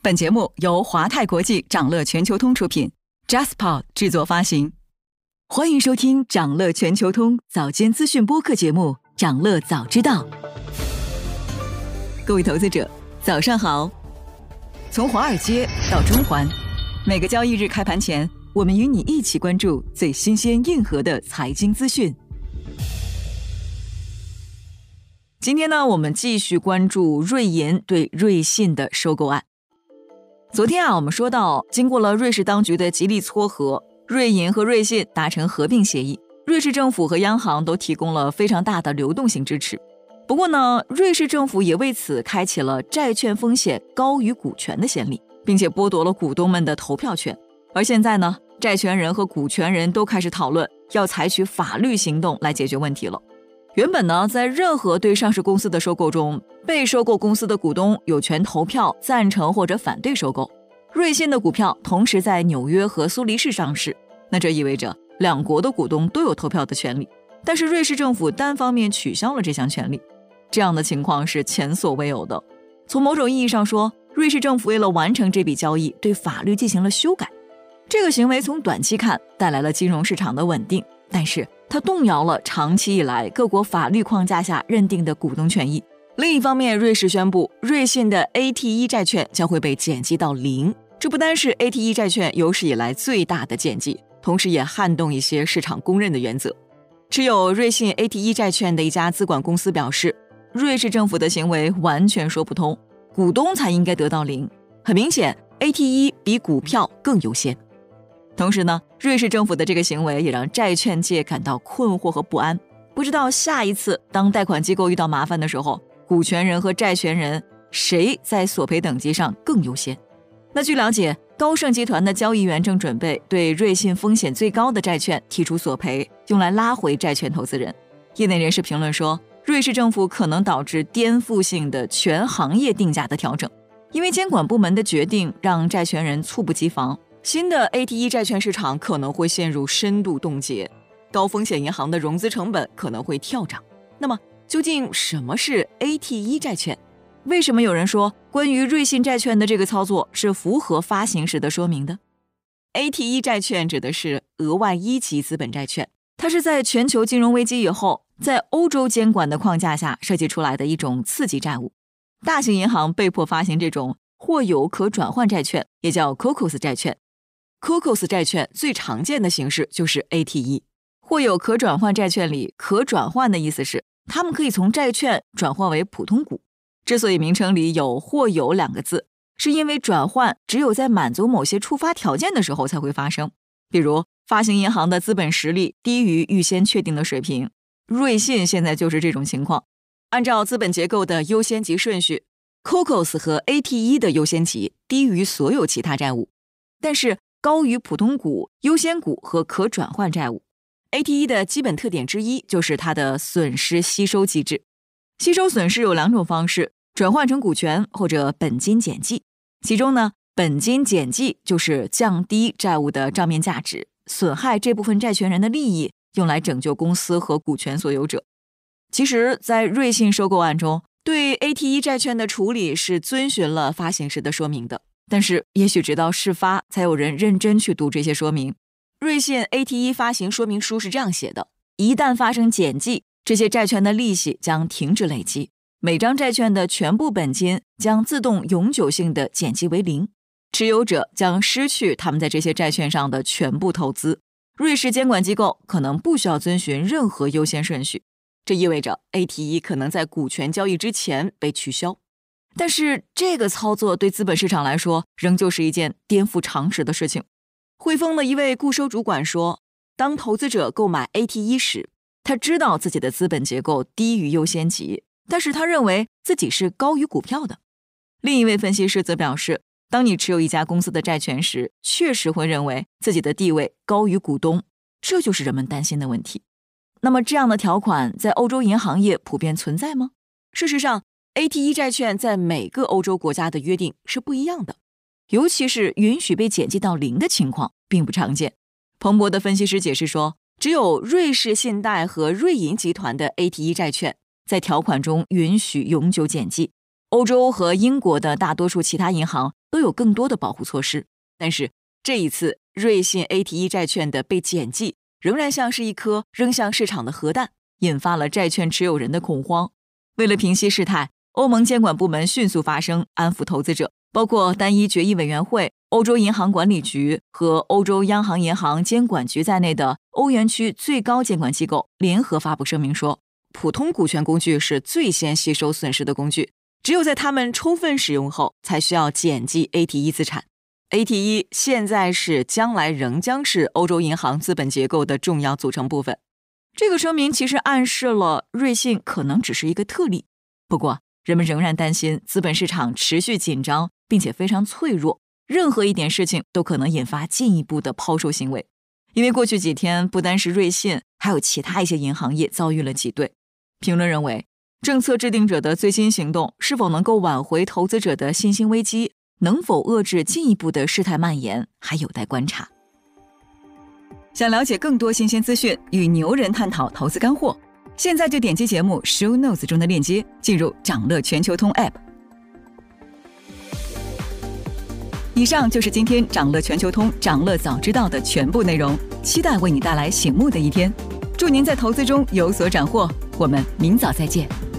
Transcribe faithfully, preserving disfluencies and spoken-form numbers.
本节目由华泰国际掌乐全球通出品 ，Jaspa 制作发行。欢迎收听掌乐全球通早间资讯播客节目《掌乐早知道》。各位投资者，早上好！从华尔街到中环，每个交易日开盘前，我们与你一起关注最新鲜硬核的财经资讯。今天呢，我们继续关注瑞银对瑞信的收购案。昨天啊，我们说到，经过了瑞士当局的极力撮合，瑞银和瑞信达成合并协议，瑞士政府和央行都提供了非常大的流动性支持。不过呢，瑞士政府也为此开启了债券风险高于股权的先例，并且剥夺了股东们的投票权。而现在呢，债权人和股权人都开始讨论要采取法律行动来解决问题了。原本呢，在任何对上市公司的收购中，被收购公司的股东有权投票赞成或者反对收购。瑞信的股票同时在纽约和苏黎世上市，那这意味着两国的股东都有投票的权利。但是瑞士政府单方面取消了这项权利，这样的情况是前所未有的。从某种意义上说，瑞士政府为了完成这笔交易，对法律进行了修改。这个行为从短期看带来了金融市场的稳定，但是它动摇了长期以来各国法律框架下认定的股东权益。另一方面，瑞士宣布瑞信的 A T E 债券将会被减记到零，这不单是 A T E 债券有史以来最大的减记，同时也撼动一些市场公认的原则。持有瑞信 A T E 债券的一家资管公司表示，瑞士政府的行为完全说不通，股东才应该得到零。很明显 A T E 比股票更优先。同时呢，瑞士政府的这个行为也让债券界感到困惑和不安，不知道下一次当贷款机构遇到麻烦的时候，股权人和债权人谁在索赔等级上更优先。那据了解，高盛集团的交易员正准备对瑞信风险最高的债券提出索赔，用来拉回债权投资人。业内人士评论说，瑞士政府可能导致颠覆性的全行业定价的调整，因为监管部门的决定让债权人猝不及防，新的 A T E 债券市场可能会陷入深度冻结，高风险银行的融资成本可能会跳涨。那么究竟什么是 A T E 债券？为什么有人说关于瑞信债券的这个操作是符合发行时的说明的？ A T E 债券指的是额外一级资本债券，它是在全球金融危机以后，在欧洲监管的框架下设计出来的一种次级债务。大型银行被迫发行这种或有可转换债券，也叫 C O C O S 债券。C O C O S 债券最常见的形式就是 A T E。 或有可转换债券里，可转换的意思是它们可以从债券转换为普通股。之所以名称里有或有两个字，是因为转换只有在满足某些触发条件的时候才会发生。比如发行银行的资本实力低于预先确定的水平，瑞信现在就是这种情况。按照资本结构的优先级顺序， C O C O S 和 A T E 的优先级低于所有其他债务，但是高于普通股、优先股和可转换债务。 A T E 的基本特点之一就是它的损失吸收机制。吸收损失有两种方式，转换成股权或者本金减记。其中呢，本金减记就是降低债务的账面价值，损害这部分债权人的利益，用来拯救公司和股权所有者。其实在瑞信收购案中，对 A T E 债券的处理是遵循了发行时的说明的，但是也许直到事发才有人认真去读这些说明。瑞信 A T E 发行说明书是这样写的：一旦发生减记，这些债券的利息将停止累积，每张债券的全部本金将自动永久性的减记为零，持有者将失去他们在这些债券上的全部投资。瑞士监管机构可能不需要遵循任何优先顺序，这意味着 A T E 可能在股权交易之前被取消。但是这个操作对资本市场来说仍旧是一件颠覆常识的事情。汇丰的一位固收主管说，当投资者购买 A T E 时，他知道自己的资本结构低于优先级，但是他认为自己是高于股票的。另一位分析师则表示，当你持有一家公司的债权时，确实会认为自己的地位高于股东，这就是人们担心的问题。那么这样的条款在欧洲银行业普遍存在吗？事实上， A T E 债券在每个欧洲国家的约定是不一样的，尤其是允许被减记到零的情况并不常见。彭博的分析师解释说，只有瑞士信贷和瑞银集团的 A T E 债券在条款中允许永久减记，欧洲和英国的大多数其他银行都有更多的保护措施。但是这一次瑞信 A T 一 债券的被减记，仍然像是一颗扔向市场的核弹，引发了债券持有人的恐慌。为了平息事态，欧盟监管部门迅速发声，安抚投资者，包括单一决议委员会、欧洲银行管理局和欧洲央行银行监管局在内的欧元区最高监管机构联合发布声明说，普通股权工具是最先吸收损失的工具，只有在它们充分使用后，才需要减记 A T 一 资产。A T 一 现在是将来仍将是欧洲银行资本结构的重要组成部分。这个声明其实暗示了瑞信可能只是一个特例，不过人们仍然担心资本市场持续紧张并且非常脆弱，任何一点事情都可能引发进一步的抛售行为。因为过去几天不单是瑞信，还有其他一些银行业遭遇了挤兑。评论认为，政策制定者的最新行动是否能够挽回投资者的信心危机，能否遏制进一步的事态蔓延，还有待观察。想了解更多新鲜资讯，与牛人探讨投资干货，现在就点击节目 show notes 中的链接，进入掌乐全球通 App。以上就是今天掌乐全球通掌乐早知道的全部内容，期待为你带来醒目的一天。祝您在投资中有所斩获，我们明早再见。